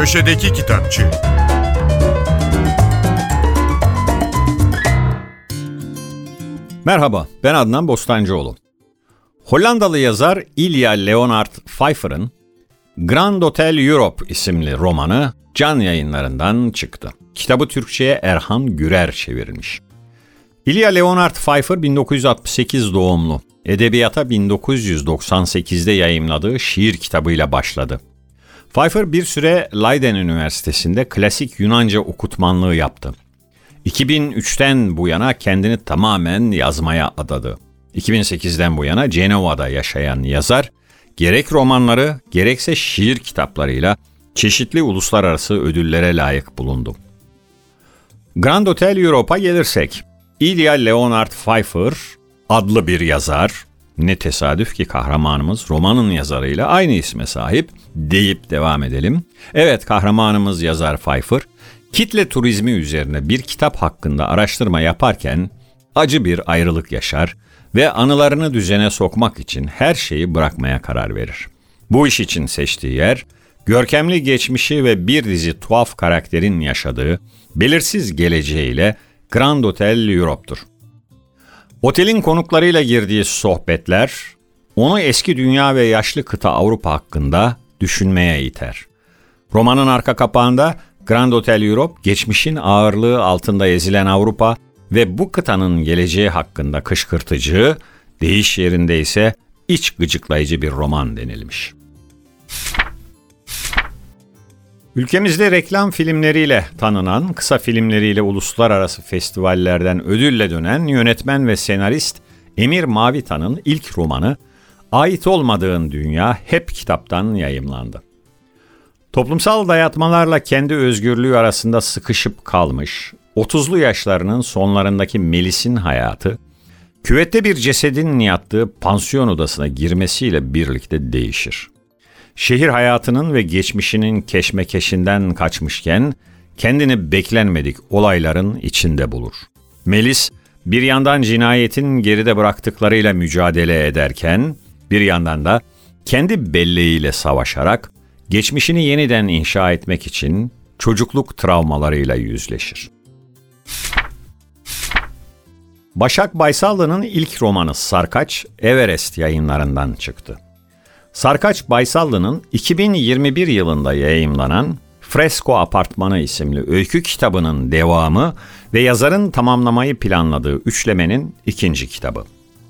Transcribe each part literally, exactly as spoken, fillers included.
Köşedeki Kitapçı. Merhaba, ben Adnan Bostancıoğlu. Hollandalı yazar Ilja Leonard Pfeiffer'ın Grand Hotel Europe isimli romanı Can Yayınları'ndan çıktı. Kitabı Türkçe'ye Erhan Gürer çevirmiş. Ilja Leonard Pfeiffer bin dokuz yüz altmış sekiz doğumlu. Edebiyata bin dokuz yüz doksan sekizde yayımladığı şiir kitabıyla başladı. Pfeiffer bir süre Leiden Üniversitesi'nde klasik Yunanca okutmanlığı yaptı. iki bin üçten bu yana kendini tamamen yazmaya adadı. iki bin sekizden bu yana Cenova'da yaşayan yazar, gerek romanları gerekse şiir kitaplarıyla çeşitli uluslararası ödüllere layık bulundu. Grand Hotel Europe'a gelirsek, Ilja Leonard Pfeiffer adlı bir yazar, ne tesadüf ki kahramanımız romanın yazarıyla aynı isme sahip deyip devam edelim. Evet, kahramanımız yazar Pfeiffer, kitle turizmi üzerine bir kitap hakkında araştırma yaparken acı bir ayrılık yaşar ve anılarını düzene sokmak için her şeyi bırakmaya karar verir. Bu iş için seçtiği yer, görkemli geçmişi ve bir dizi tuhaf karakterin yaşadığı belirsiz geleceğiyle Grand Hotel Europe'tur. Otelin konuklarıyla girdiği sohbetler, onu eski dünya ve yaşlı kıta Avrupa hakkında düşünmeye iter. Romanın arka kapağında Grand Hotel Europe, geçmişin ağırlığı altında ezilen Avrupa ve bu kıtanın geleceği hakkında kışkırtıcı, deyiş yerinde ise iç gıcıklayıcı bir roman denilmiş. Ülkemizde reklam filmleriyle tanınan, kısa filmleriyle uluslararası festivallerden ödülle dönen yönetmen ve senarist Emir Mavitan'ın ilk romanı Ait Olmadığın Dünya Hep kitaptan yayımlandı. Toplumsal dayatmalarla kendi özgürlüğü arasında sıkışıp kalmış, otuzlu yaşlarının sonlarındaki Melis'in hayatı, küvette bir cesedin yattığı pansiyon odasına girmesiyle birlikte değişir. Şehir hayatının ve geçmişinin keşmekeşinden kaçmışken, kendini beklenmedik olayların içinde bulur. Melis, bir yandan cinayetin geride bıraktıklarıyla mücadele ederken, bir yandan da kendi belleğiyle savaşarak, geçmişini yeniden inşa etmek için çocukluk travmalarıyla yüzleşir. Başak Baysallı'nın ilk romanı Sarkaç, Everest Yayınları'ndan çıktı. Sarkaç Baysallı'nın iki bin yirmi bir yılında yayımlanan Fresko Apartmanı isimli öykü kitabının devamı ve yazarın tamamlamayı planladığı üçlemenin ikinci kitabı.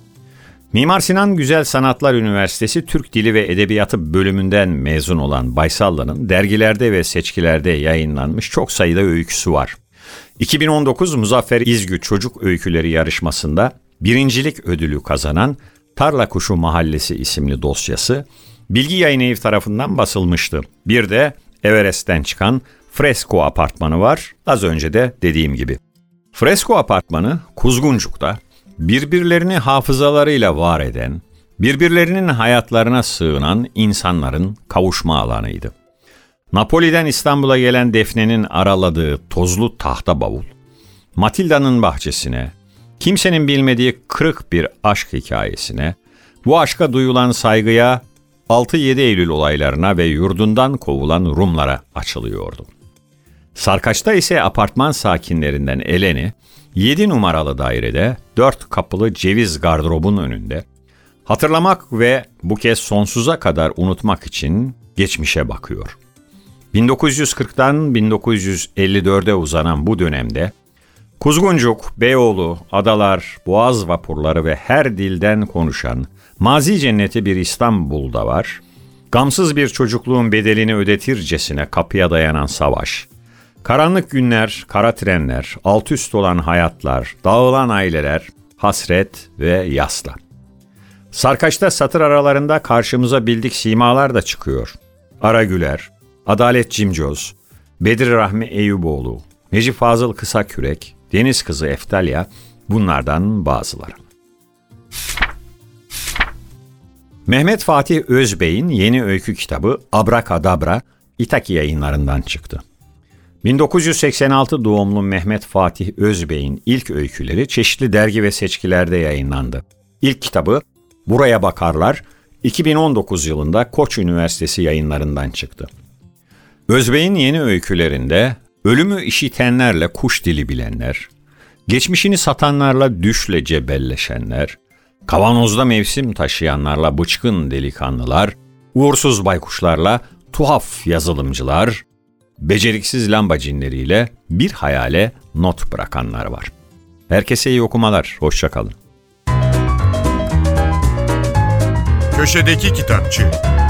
Mimar Sinan Güzel Sanatlar Üniversitesi Türk Dili ve Edebiyatı bölümünden mezun olan Baysallı'nın dergilerde ve seçkilerde yayınlanmış çok sayıda öyküsü var. iki bin on dokuz Muzaffer İzgü Çocuk Öyküleri yarışmasında birincilik ödülü kazanan Tarla Kuşu Mahallesi isimli dosyası Bilgi Yayınevi tarafından basılmıştı. Bir de Everest'ten çıkan Fresko Apartmanı var, az önce de dediğim gibi. Fresko Apartmanı Kuzguncuk'ta birbirlerini hafızalarıyla var eden, birbirlerinin hayatlarına sığınan insanların kavuşma alanıydı. Napoli'den İstanbul'a gelen Defne'nin araladığı tozlu tahta bavul, Matilda'nın bahçesine, kimsenin bilmediği kırık bir aşk hikayesine, bu aşka duyulan saygıya, altı yedi Eylül olaylarına ve yurdundan kovulan Rumlara açılıyordu. Sarkaç'ta ise apartman sakinlerinden Eleni, yedi numaralı dairede dört kapılı ceviz gardırobun önünde, hatırlamak ve bu kez sonsuza kadar unutmak için geçmişe bakıyor. bin dokuz yüz kırktan bin dokuz yüz elli dörde uzanan bu dönemde, Kuzguncuk, Beyoğlu, adalar, boğaz vapurları ve her dilden konuşan mazi cenneti bir İstanbul'da var. Gamsız bir çocukluğun bedelini ödetircesine kapıya dayanan savaş, karanlık günler, kara trenler, alt üst olan hayatlar, dağılan aileler, hasret ve yasla. Sarkaç'ta satır aralarında karşımıza bildik simalar da çıkıyor. Ara Güler, Adalet Cimcoz, Bedri Rahmi Eyüboğlu, Necip Fazıl Kısakürek, Deniz Kızı Eftalya bunlardan bazıları. Mehmet Fatih Özbey'in yeni öykü kitabı Abrakadabra, İtaki Yayınları'ndan çıktı. bin dokuz yüz seksen altı doğumlu Mehmet Fatih Özbey'in ilk öyküleri çeşitli dergi ve seçkilerde yayınlandı. İlk kitabı Buraya Bakarlar iki bin on dokuz yılında Koç Üniversitesi Yayınları'ndan çıktı. Özbey'in yeni öykülerinde ölümü işitenlerle kuş dili bilenler, geçmişini satanlarla düşle cebelleşenler, kavanozda mevsim taşıyanlarla bıçkın delikanlılar, uğursuz baykuşlarla tuhaf yazılımcılar, beceriksiz lamba cinleriyle bir hayale not bırakanlar var. Herkese iyi okumalar, hoşça kalın. Köşedeki Kitapçı.